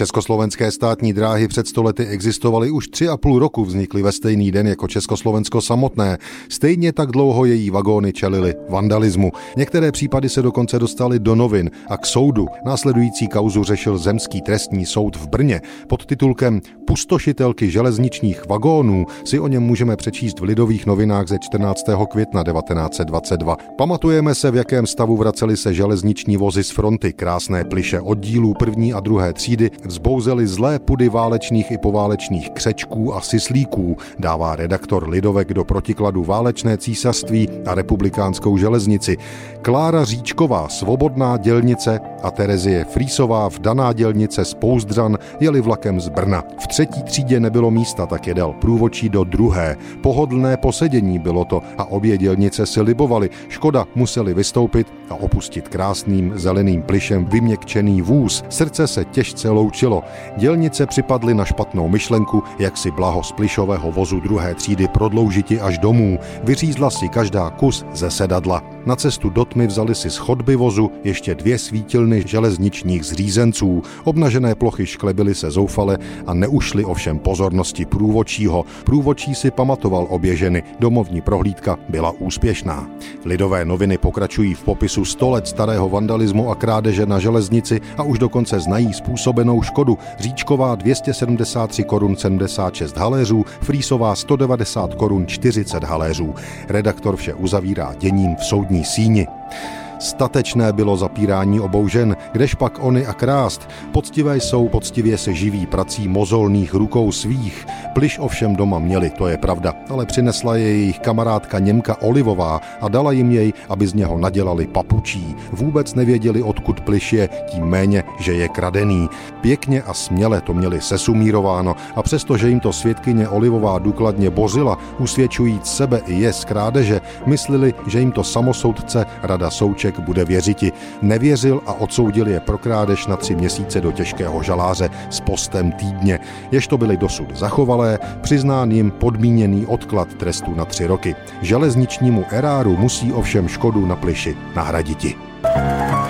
Československé státní dráhy před 100 lety existovaly už 3,5 roku, vznikly ve stejný den jako Československo samotné. Stejně tak dlouho její vagóny čelily vandalismu. Některé případy se dokonce dostaly do novin a k soudu. Následující kauzu řešil Zemský trestní soud v Brně. Pod titulkem Pustošitelky železničních vagónů si o něm můžeme přečíst v Lidových novinách ze 14. května 1922. Pamatujeme se, v jakém stavu vracely se železniční vozy z fronty. Krásné plyše oddílů první a druhé třídy vzbouzely zlé pudy válečných i poválečných křečků a syslíků, dává redaktor Lidovek do protikladu Válečné císařství a republikánskou železnici. Klára Říčková, Svobodná dělnice a Terezie Frýsová, Vdaná dělnice z Pouzdřan, jeli vlakem z Brna. V 3. třídě nebylo místa, tak je dal průvodčí do 2. Pohodlné posedění bylo to a obě dělnice si libovaly. Škoda, museli vystoupit a opustit krásným zeleným plyšem vyměkčený vůz. Srdce se těžce loučilo. Dělnice připadly na špatnou myšlenku, jak si blaho z plyšového vozu 2. třídy prodloužiti až domů. Vyřízla si každá kus ze sedadla. Na cestu do tmy vzali si z chodby vozu ještě 2 svítilny železničních zřízenců. Obnažené plochy šklebily se zoufale a neušly ovšem pozornosti průvodčího. Průvodčí si pamatoval obě ženy. Domovní prohlídka byla úspěšná. Lidové noviny pokračují v popisu 100 let starého vandalismu a krádeže na železnici a už dokonce znají způsobenou škodu. Říčková 273 korun 76 haléřů, Frýsová 190 korun 40 haléřů. Redaktor vše uzavírá děním v soudní síni. Statečné bylo zapírání obou žen, kdežpak ony a krást. Poctivé jsou, poctivě se živí prací mozolných rukou svých. Plyš ovšem doma měli, to je pravda, ale přinesla je jejich kamarádka Němka Olivová a dala jim jej, aby z něho nadělali papučí. Vůbec nevěděli, odkud plyš je, tím méně, že je kradený. Pěkně a směle to měli sesumírováno a přestože jim to svědkyně Olivová důkladně bořila, usvědčujíc sebe i je z krádeže, myslili, že jim to samosoudce Rada Souček bude věřiti. Nevěřil a odsoudil je pro krádež na 3 měsíce do těžkého žaláře s postem týdně. Jež to byly dosud zachovalé, přiznán jim podmíněný odklad trestu na 3 roky. Železničnímu eráru musí ovšem škodu na plyši nahraditi.